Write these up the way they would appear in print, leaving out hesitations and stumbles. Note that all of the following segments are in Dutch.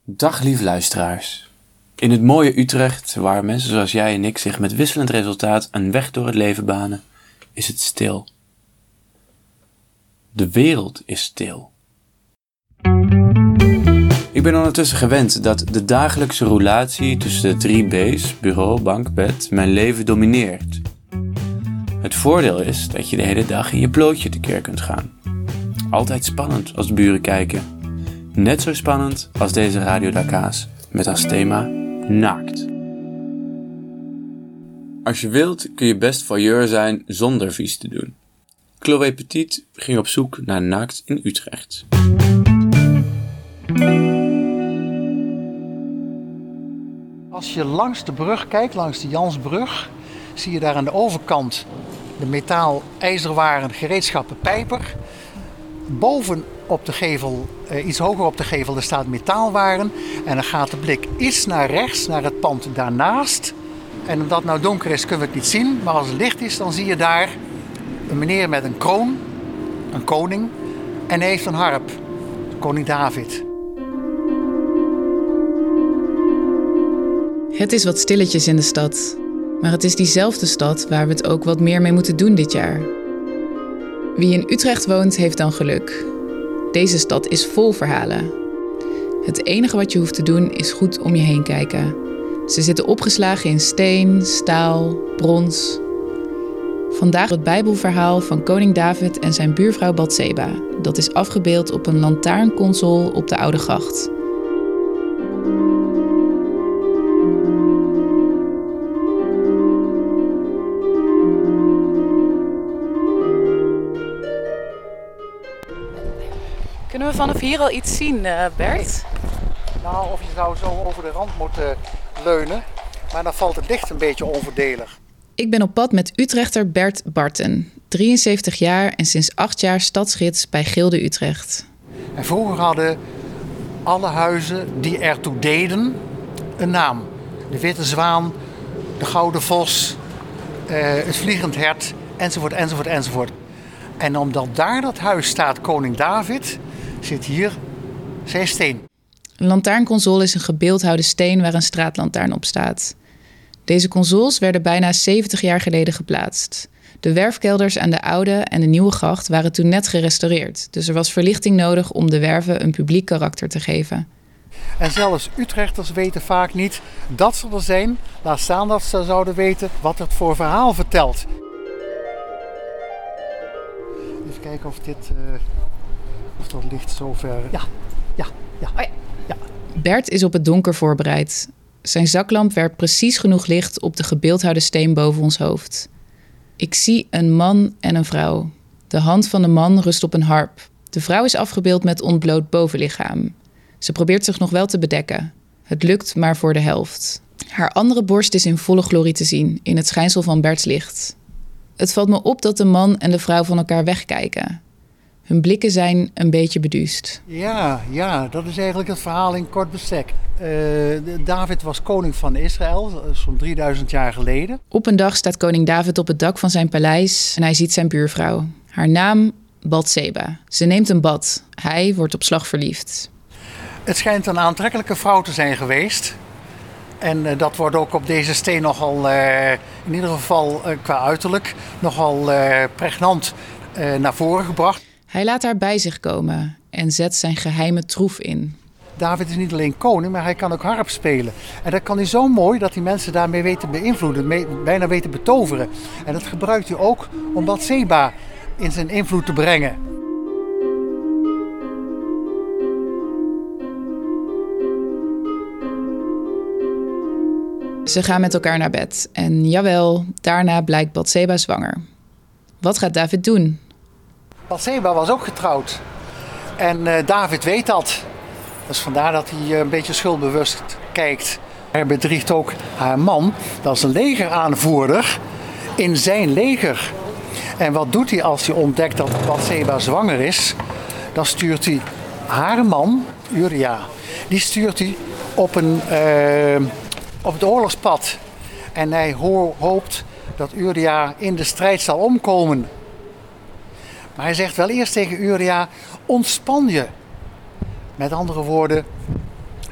Dag lieve luisteraars. In het mooie Utrecht, waar mensen zoals jij en ik zich met wisselend resultaat een weg door het leven banen, is het stil. De wereld is stil. Ik ben ondertussen gewend dat de dagelijkse roulatie tussen de 3 B's, bureau, bank, bed, mijn leven domineert. Het voordeel is dat je de hele dag in je blootje tekeer kunt gaan. Altijd spannend als de buren kijken. Net zo spannend als deze Radio Daca's met als thema naakt. Als je wilt kun je best voyeur zijn zonder vies te doen. Chloé Petit ging op zoek naar naakt in Utrecht. Als je langs de brug kijkt, langs de Jansbrug, zie je daar aan de overkant de metaal-ijzerwaren gereedschappen Pijper. Boven op de gevel, iets hoger op de gevel, daar staat metaalwaren. En dan gaat de blik iets naar rechts, naar het pand daarnaast. En omdat het nou donker is, kunnen we het niet zien. Maar als het licht is, dan zie je daar een meneer met een kroon, een koning. En hij heeft een harp, koning David. Het is wat stilletjes in de stad. Maar het is diezelfde stad waar we het ook wat meer mee moeten doen dit jaar. Wie in Utrecht woont, heeft dan geluk. Deze stad is vol verhalen. Het enige wat je hoeft te doen is goed om je heen kijken. Ze zitten opgeslagen in steen, staal, brons. Vandaag het Bijbelverhaal van koning David en zijn buurvrouw Batseba. Dat is afgebeeld op een lantaarnconsole op de Oude Gracht. Kunnen we vanaf hier al iets zien, Bert? Nee. Nou, of je zou zo over de rand moeten leunen, maar dan valt het licht een beetje onvoordelig. Ik ben op pad met Utrechter Bert Barten, 73 jaar en sinds 8 jaar stadsgids bij Gilde Utrecht. En vroeger hadden alle huizen die ertoe deden een naam. De Witte Zwaan, de Gouden Vos, het Vliegend Hert, enzovoort, enzovoort, enzovoort. En omdat daar dat huis staat, koning David, zit hier zijn steen. Een lantaarnconsole is een gebeeldhouwde steen waar een straatlantaarn op staat. Deze consoles werden bijna 70 jaar geleden geplaatst. De werfkelders aan de oude en de nieuwe gracht waren toen net gerestaureerd. Dus er was verlichting nodig om de werven een publiek karakter te geven. En zelfs Utrechters weten vaak niet dat ze er zijn. Laat staan dat ze zouden weten wat het voor verhaal vertelt. Even kijken of dat licht zo ver... Ja. Oh ja. Bert is op het donker voorbereid. Zijn zaklamp werpt precies genoeg licht op de gebeeldhouwde steen boven ons hoofd. Ik zie een man en een vrouw. De hand van de man rust op een harp. De vrouw is afgebeeld met ontbloot bovenlichaam. Ze probeert zich nog wel te bedekken. Het lukt maar voor de helft. Haar andere borst is in volle glorie te zien, in het schijnsel van Berts licht. Het valt me op dat de man en de vrouw van elkaar wegkijken. Hun blikken zijn een beetje beduust. Ja, dat is eigenlijk het verhaal in kort bestek. David was koning van Israël, zo'n 3000 jaar geleden. Op een dag staat koning David op het dak van zijn paleis en hij ziet zijn buurvrouw. Haar naam Batseba. Ze neemt een bad. Hij wordt op slag verliefd. Het schijnt een aantrekkelijke vrouw te zijn geweest. En dat wordt ook op deze steen nogal, in ieder geval qua uiterlijk, nogal pregnant naar voren gebracht. Hij laat haar bij zich komen en zet zijn geheime troef in. David is niet alleen koning, maar hij kan ook harp spelen. En dat kan hij zo mooi dat hij mensen daarmee weet te beïnvloeden, bijna weet te betoveren. En dat gebruikt hij ook om Batseba in zijn invloed te brengen. Ze gaan met elkaar naar bed. En jawel, daarna blijkt Batseba zwanger. Wat gaat David doen? Batseba was ook getrouwd. En David weet dat. Dus vandaar dat hij een beetje schuldbewust kijkt. Hij bedriegt ook haar man, dat is een legeraanvoerder, in zijn leger. En wat doet hij als hij ontdekt dat Batseba zwanger is? Dan stuurt hij haar man, Uria, die stuurt hij op het oorlogspad. En hij hoopt dat Uria in de strijd zal omkomen. Maar hij zegt wel eerst tegen Uria, ontspan je. Met andere woorden,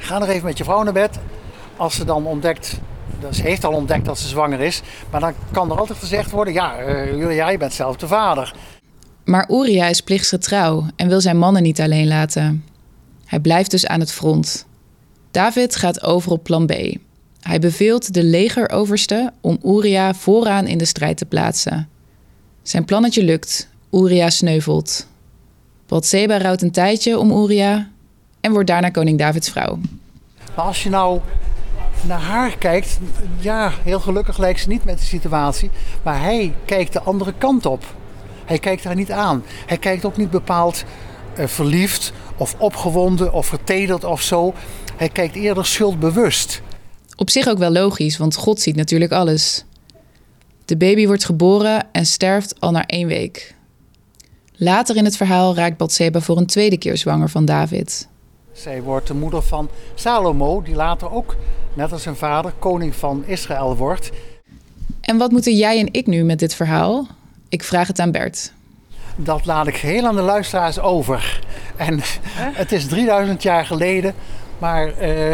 ga nog even met je vrouw naar bed. Als ze dan ontdekt, ze heeft al ontdekt dat ze zwanger is. Maar dan kan er altijd gezegd worden, jij bent zelf de vader. Maar Uria is plichtsgetrouw en wil zijn mannen niet alleen laten. Hij blijft dus aan het front. David gaat over op plan B. Hij beveelt de legeroverste om Uria vooraan in de strijd te plaatsen. Zijn plannetje lukt. Uria sneuvelt. Batseba rouwt een tijdje om Uria en wordt daarna koning Davids vrouw. Maar als je nou naar haar kijkt, heel gelukkig lijkt ze niet met de situatie. Maar hij kijkt de andere kant op. Hij kijkt haar niet aan. Hij kijkt ook niet bepaald verliefd of opgewonden of vertederd of zo. Hij kijkt eerder schuldbewust. Op zich ook wel logisch, want God ziet natuurlijk alles. De baby wordt geboren en sterft al na 1 week. Later in het verhaal raakt Batseba voor een tweede keer zwanger van David. Zij wordt de moeder van Salomo, die later ook, net als zijn vader, koning van Israël wordt. En wat moeten jij en ik nu met dit verhaal? Ik vraag het aan Bert. Dat laat ik geheel aan de luisteraars over. En het is 3000 jaar geleden. Maar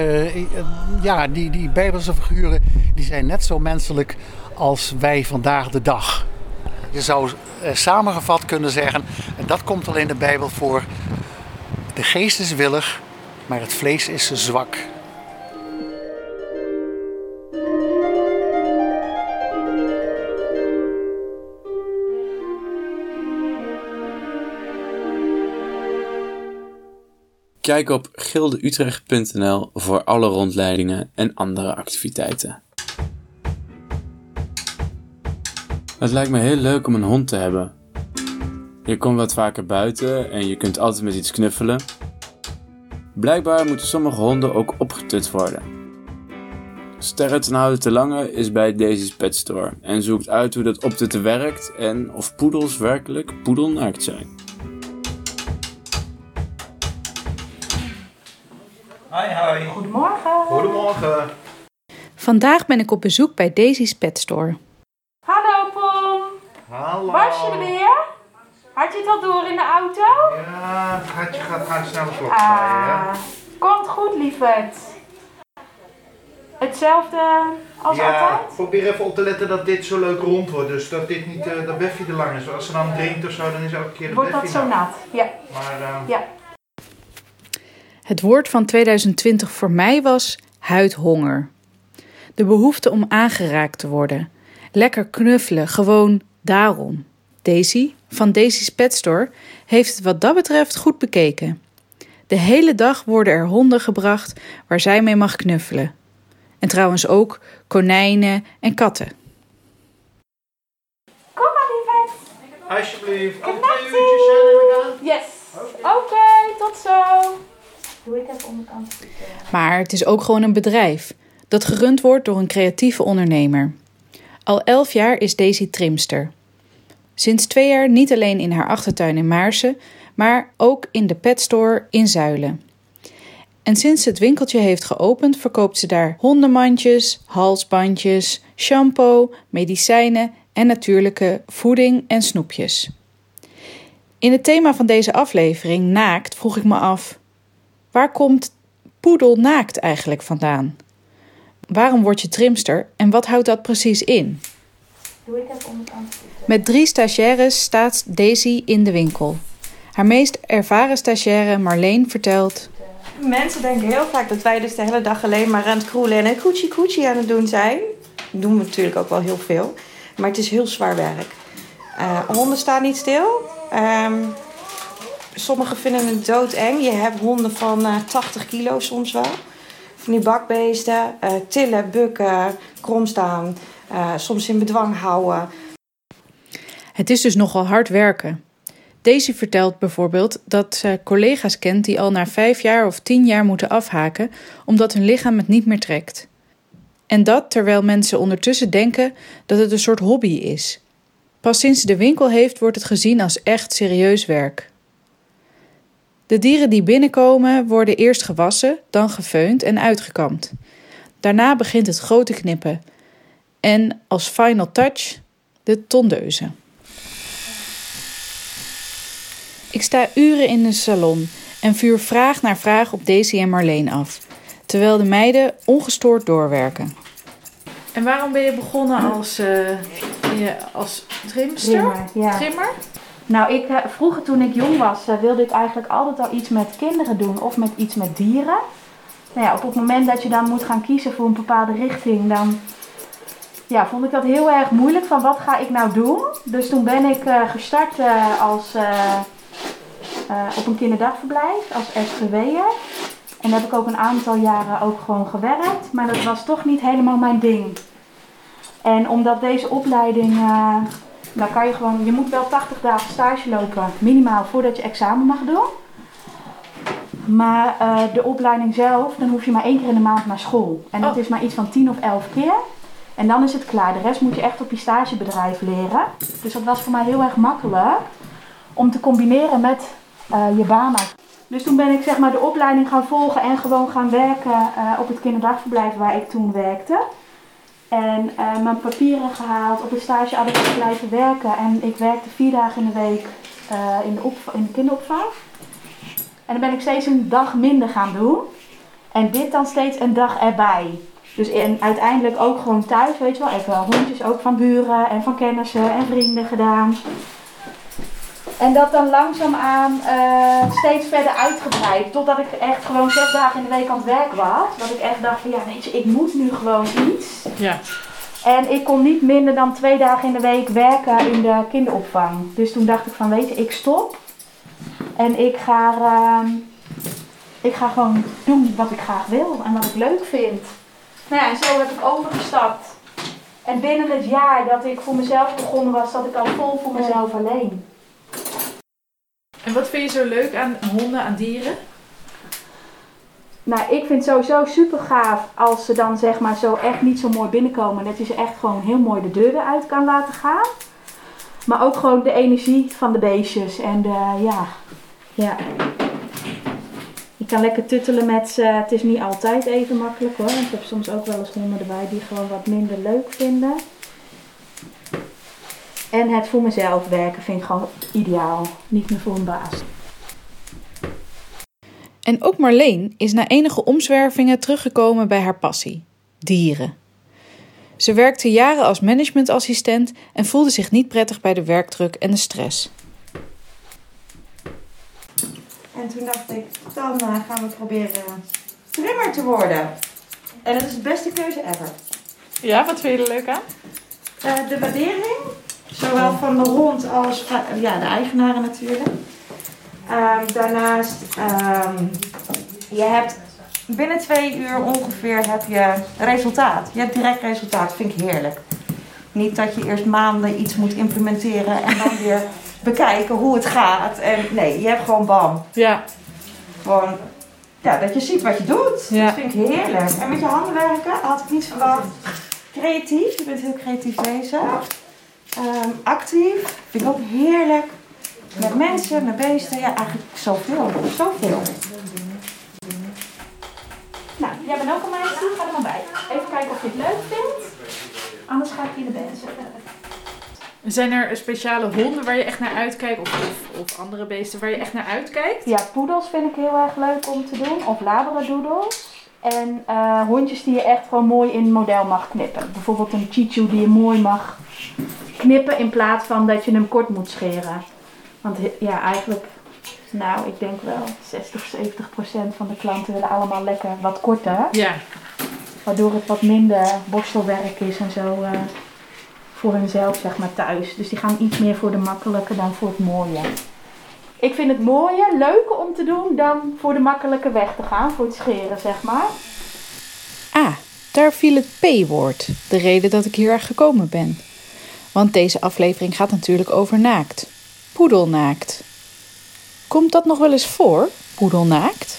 die Bijbelse figuren die zijn net zo menselijk als wij vandaag de dag. Je zou samengevat kunnen zeggen, en dat komt al in de Bijbel voor. De geest is willig, maar het vlees is zwak. Kijk op gildeutrecht.nl voor alle rondleidingen en andere activiteiten. Het lijkt me heel leuk om een hond te hebben. Je komt wat vaker buiten en je kunt altijd met iets knuffelen. Blijkbaar moeten sommige honden ook opgetut worden. Sterre ten Houten te Lange is bij Daisy's Pet Store en zoekt uit hoe dat optutten werkt en of poedels werkelijk poedelnaakt zijn. Hoi. Goedemorgen. Goedemorgen. Vandaag ben ik op bezoek bij Daisy's Pet Store. Hallo Pom. Hallo. Was je er weer? Had je het al door in de auto? Ja, het hartje gaat hard snel de klok draaien. Komt goed lieverd. Hetzelfde als altijd? Probeer even op te letten dat dit zo leuk rond wordt. Dus dat dit niet dat beffie te lang is. Als ze dan drinkt of zo, dan is elke keer de Wordt beffie dat zo nat? Ja. Maar Ja. Het woord van 2020 voor mij was huidhonger. De behoefte om aangeraakt te worden. Lekker knuffelen, gewoon daarom. Daisy, van Daisy's Pet Store, heeft het wat dat betreft goed bekeken. De hele dag worden er honden gebracht waar zij mee mag knuffelen. En trouwens ook konijnen en katten. Kom maar lieverd. alsjeblieft, over Knapsie. 2 uurtjes zijn we gaan. Yes. Oké, tot zo. Doe ik even onderkant. Maar het is ook gewoon een bedrijf dat gerund wordt door een creatieve ondernemer. Al 11 jaar is Daisy trimster. Sinds 2 jaar niet alleen in haar achtertuin in Maarsen, maar ook in de petstore in Zuilen. En sinds ze het winkeltje heeft geopend, verkoopt ze daar hondenmandjes, halsbandjes, shampoo, medicijnen en natuurlijke voeding en snoepjes. In het thema van deze aflevering, naakt, vroeg ik me af: waar komt poedelnaakt eigenlijk vandaan? Waarom word je trimster en wat houdt dat precies in? Doe ik even onderkant. Met 3 stagiaires staat Daisy in de winkel. Haar meest ervaren stagiaire Marleen vertelt: Mensen denken heel vaak dat wij dus de hele dag alleen maar aan het kroelen en een koetsie aan het doen zijn. Dat doen we natuurlijk ook wel heel veel. Maar het is heel zwaar werk. Honden staan niet stil. Sommigen vinden het doodeng. Je hebt honden van 80 kilo soms wel. Van die bakbeesten. Tillen, bukken, kromstaan. Soms in bedwang houden. Het is dus nogal hard werken. Daisy vertelt bijvoorbeeld dat ze collega's kent die al na 5 jaar of 10 jaar moeten afhaken omdat hun lichaam het niet meer trekt. En dat terwijl mensen ondertussen denken dat het een soort hobby is. Pas sinds ze de winkel heeft wordt het gezien als echt serieus werk. De dieren die binnenkomen worden eerst gewassen, dan gefeund en uitgekamd. Daarna begint het grote knippen. En als final touch de tondeuze. Ik sta uren in de salon en vuur vraag naar vraag op Daisy en Marleen af. terwijl de meiden ongestoord doorwerken. En waarom ben je begonnen als trimster? Trimmer? Nou, vroeger toen ik jong was, wilde ik eigenlijk altijd al iets met kinderen doen of met iets met dieren. Nou ja, op het moment dat je dan moet gaan kiezen voor een bepaalde richting, dan vond ik dat heel erg moeilijk van wat ga ik nou doen. Dus toen ben ik gestart op een kinderdagverblijf als SGW'er. En daar heb ik ook een aantal jaren ook gewoon gewerkt, maar dat was toch niet helemaal mijn ding. En omdat deze opleiding, dan kan je moet wel 80 dagen stage lopen, minimaal, voordat je examen mag doen. Maar de opleiding zelf, dan hoef je maar 1 keer in de maand naar school. En dat is maar iets van 10 of 11 keer. En dan is het klaar. De rest moet je echt op je stagebedrijf leren. Dus dat was voor mij heel erg makkelijk om te combineren met je baan. Dus toen ben ik zeg maar de opleiding gaan volgen en gewoon gaan werken op het kinderdagverblijf waar ik toen werkte. En mijn papieren gehaald, op een stageadres blijven werken. En ik werkte 4 dagen in de week in de kinderopvang. En dan ben ik steeds een dag minder gaan doen. En dit dan steeds een dag erbij. Dus uiteindelijk ook gewoon thuis, weet je wel. Even hondjes ook van buren en van kennissen en vrienden gedaan. En dat dan langzaamaan steeds verder uitgebreid. Totdat ik echt gewoon 6 dagen in de week aan het werk was. Dat ik echt dacht van weet je, ik moet nu gewoon iets. Ja. En ik kon niet minder dan 2 dagen in de week werken in de kinderopvang. Dus toen dacht ik van weet je, ik stop. En ik ga gewoon doen wat ik graag wil en wat ik leuk vind. Nou ja, en zo heb ik overgestapt. En binnen het jaar dat ik voor mezelf begonnen was, zat ik al vol voor mezelf alleen. En wat vind je zo leuk aan honden, aan dieren? Nou, ik vind het sowieso super gaaf als ze dan zeg maar zo echt niet zo mooi binnenkomen. Dat je ze echt gewoon heel mooi de deur eruit kan laten gaan. Maar ook gewoon de energie van de beestjes. En ja. Je kan lekker tuttelen met ze. Het is niet altijd even makkelijk hoor. Want ik heb soms ook wel eens honden erbij die gewoon wat minder leuk vinden. En het voor mezelf werken vind ik gewoon ideaal. Niet meer voor een baas. En ook Marleen is na enige omzwervingen teruggekomen bij haar passie: dieren. Ze werkte jaren als managementassistent en voelde zich niet prettig bij de werkdruk en de stress. En toen dacht ik, dan gaan we proberen trimmer te worden. En dat is de beste keuze ever. Ja, wat vind je er leuk aan? De waardering, zowel van de hond als van de eigenaren natuurlijk. Daarnaast, je hebt binnen 2 uur ongeveer heb je resultaat. Je hebt direct resultaat, vind ik heerlijk. Niet dat je eerst maanden iets moet implementeren en dan weer bekijken hoe het gaat. En nee, je hebt gewoon bam. Ja. Gewoon, dat je ziet wat je doet. Ja. Dat vind ik heerlijk. En met je handen werken had ik niet verwacht. Creatief, je bent heel creatief bezig. Actief, vind ik ook heerlijk. Met mensen, met beesten, eigenlijk zoveel. Nou, jij bent ook een meisje, ga er maar bij. Even kijken of je het leuk vindt. Anders ga ik je in de bed zetten. Zijn er speciale honden waar je echt naar uitkijkt? Of andere beesten waar je echt naar uitkijkt? Ja, poedels vind ik heel erg leuk om te doen. Of labradoodles. En hondjes die je echt gewoon mooi in model mag knippen. Bijvoorbeeld een Chichu die je mooi mag knippen in plaats van dat je hem kort moet scheren. Want ja, eigenlijk, ik denk wel 60-70% van de klanten willen allemaal lekker wat korter. Ja. Waardoor het wat minder borstelwerk is en zo voor hunzelf zeg maar thuis. Dus die gaan iets meer voor de makkelijke dan voor het mooie. Ik vind het mooie leuker om te doen dan voor de makkelijke weg te gaan, voor het scheren zeg maar. Daar viel het P-woord, de reden dat ik hier gekomen ben. Want deze aflevering gaat natuurlijk over naakt. Poedelnaakt. Komt dat nog wel eens voor, poedelnaakt?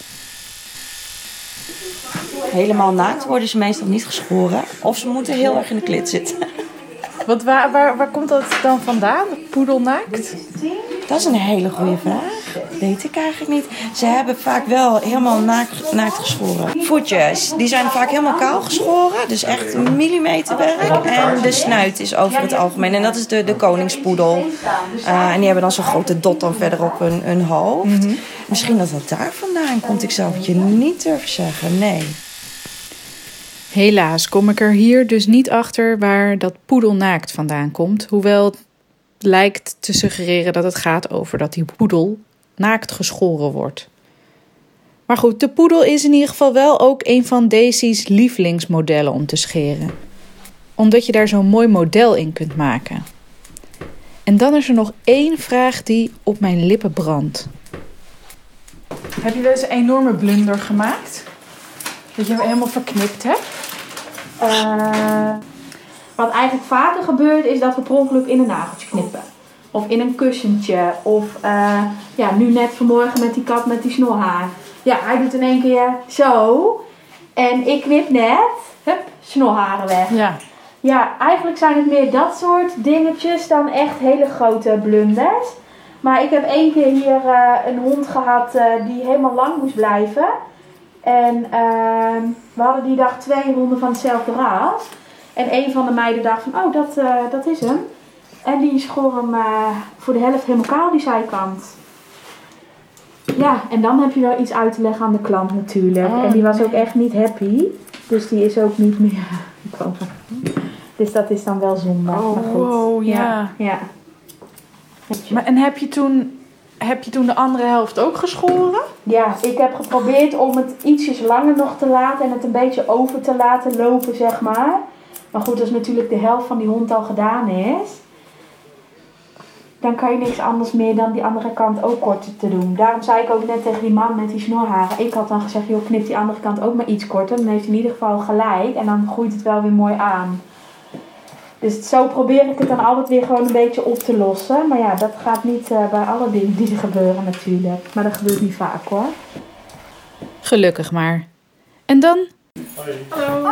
Helemaal naakt worden ze meestal niet geschoren. Of ze moeten heel erg in de klit zitten. Want waar komt dat dan vandaan, poedelnaakt? Dat is een hele goede vraag. Weet ik eigenlijk niet. Ze hebben vaak wel helemaal naakt geschoren. Voetjes, die zijn vaak helemaal kaal geschoren. Dus echt millimeterwerk. En de snuit is over het algemeen. En dat is de koningspoedel. En die hebben dan zo'n grote dot dan verder op hun hoofd. Misschien dat dat daar vandaan komt. Ik zou het je niet durven zeggen, nee. Helaas kom ik er hier dus niet achter waar dat poedelnaakt vandaan komt. Hoewel het lijkt te suggereren dat het gaat over dat die poedel naakt geschoren wordt. Maar goed, de poedel is in ieder geval wel ook een van Daisy's lievelingsmodellen om te scheren. Omdat je daar zo'n mooi model in kunt maken. En dan is er nog één vraag die op mijn lippen brandt. Heb je wel eens een enorme blunder gemaakt? Dat je hem helemaal verknipt hebt? Wat eigenlijk vaker gebeurt is dat we per ongeluk in een nageltje knippen. Of in een kussentje. Of nu net vanmorgen met die kat met die snorhaar. Ja, hij doet in één keer zo. En ik knip net. Hup, snorharen weg. Ja, eigenlijk zijn het meer dat soort dingetjes dan echt hele grote blunders. Maar ik heb 1 keer hier een hond gehad die helemaal lang moest blijven. En we hadden die dag 2 honden van hetzelfde ras. En een van de meiden dacht van, dat is hem. En die schoor hem voor de helft helemaal kaal, die zijkant. Ja, en dan heb je wel iets uit te leggen aan de klant natuurlijk. En die was ook echt niet happy. Dus die is ook niet meer... Dus dat is dan wel zonde. Maar goed. Oh, ja. Maar, en heb je toen de andere helft ook geschoren? Ja, ik heb geprobeerd om het ietsjes langer nog te laten en het een beetje over te laten lopen, zeg maar. Maar goed, als natuurlijk de helft van die hond al gedaan is, dan kan je niks anders meer dan die andere kant ook korter te doen. Daarom zei ik ook net tegen die man met die snorharen. Ik had dan gezegd, joh, knip die andere kant ook maar iets korter. Dan heeft hij in ieder geval gelijk en dan groeit het wel weer mooi aan. Dus zo probeer ik het dan altijd weer gewoon een beetje op te lossen. Maar ja, dat gaat niet bij alle dingen die er gebeuren natuurlijk. Maar dat gebeurt niet vaak hoor. Gelukkig maar. En dan? Hallo.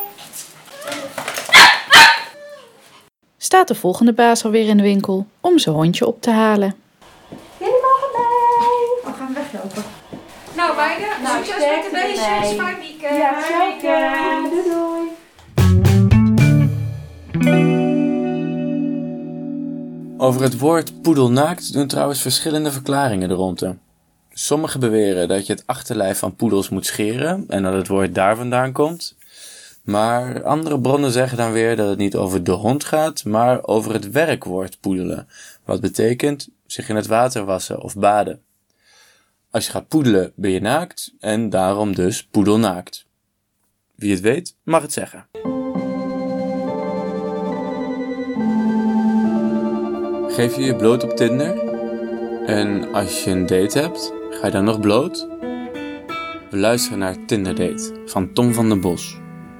Staat de volgende baas alweer in de winkel om zijn hondje op te halen. Jullie mogen mee. We gaan weglopen. Nou, beide. Succes met de beestjes. Fijn weekend. Ja, zeker. Doei doei. Over het woord poedelnaakt doen trouwens verschillende verklaringen er rondom. Sommigen beweren dat je het achterlijf van poedels moet scheren en dat het woord daar vandaan komt. Maar andere bronnen zeggen dan weer dat het niet over de hond gaat, maar over het werkwoord poedelen. Wat betekent zich in het water wassen of baden. Als je gaat poedelen ben je naakt en daarom dus poedelnaakt. Wie het weet mag het zeggen. Geef je je bloot op Tinder? En als je een date hebt, ga je dan nog bloot? We luisteren naar Tinder Date van Tom van den Bos.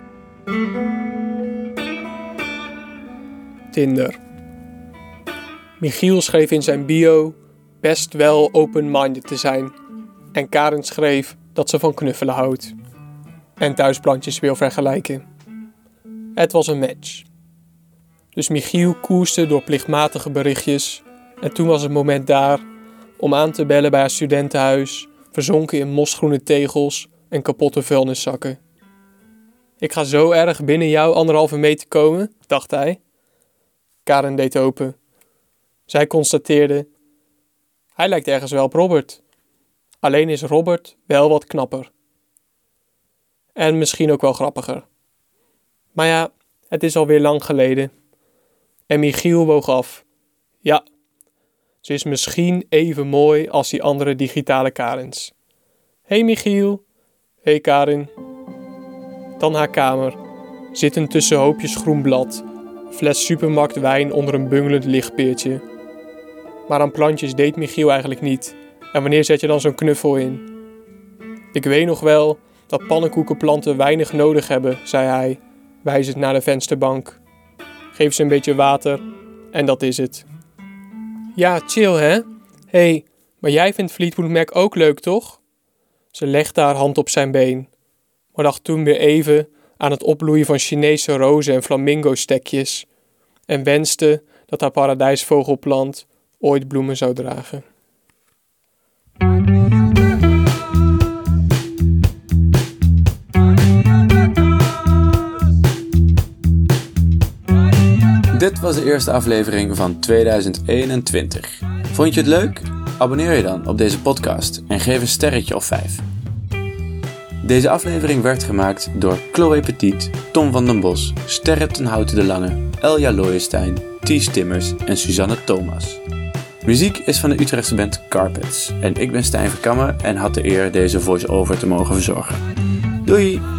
Tinder. Michiel schreef in zijn bio best wel open-minded te zijn. En Karen schreef dat ze van knuffelen houdt. En thuisplantjes wil vergelijken. Het was een match. Dus Michiel koerste door plichtmatige berichtjes. En toen was het moment daar om aan te bellen bij haar studentenhuis, verzonken in mosgroene tegels en kapotte vuilniszakken. Ik ga zo erg binnen jou 1,5 meter komen, dacht hij. Karen deed open. Zij constateerde: hij lijkt ergens wel op Robert. Alleen is Robert wel wat knapper. En misschien ook wel grappiger. Maar ja, het is alweer lang geleden. En Michiel woog af. Ja, ze is misschien even mooi als die andere digitale Karens. Hey Michiel. Hey Karen. Dan haar kamer. Zittend tussen hoopjes groen blad. Fles supermarkt wijn onder een bungelend lichtpeertje. Maar aan plantjes deed Michiel eigenlijk niet. En wanneer zet je dan zo'n knuffel in? Ik weet nog wel dat pannenkoekenplanten weinig nodig hebben, zei hij, wijzend naar de vensterbank. Geef ze een beetje water en dat is het. Ja, chill hè? Hé, maar jij vindt Fleetwood Mac ook leuk, toch? Ze legde haar hand op zijn been, maar dacht toen weer even aan het opbloeien van Chinese rozen en flamingo-stekjes en wenste dat haar paradijsvogelplant ooit bloemen zou dragen. Dit was de eerste aflevering van 2021. Vond je het leuk? Abonneer je dan op deze podcast en geef een sterretje of 5. Deze aflevering werd gemaakt door Chloe Petit, Tom van den Bos, Sterre ten Houten de Lange, Elja Looijenstein, Ties Timmers en Suzanne Thomas. Muziek is van de Utrechtse band Carpets en ik ben Stijn Verkammen en had de eer deze voice-over te mogen verzorgen. Doei!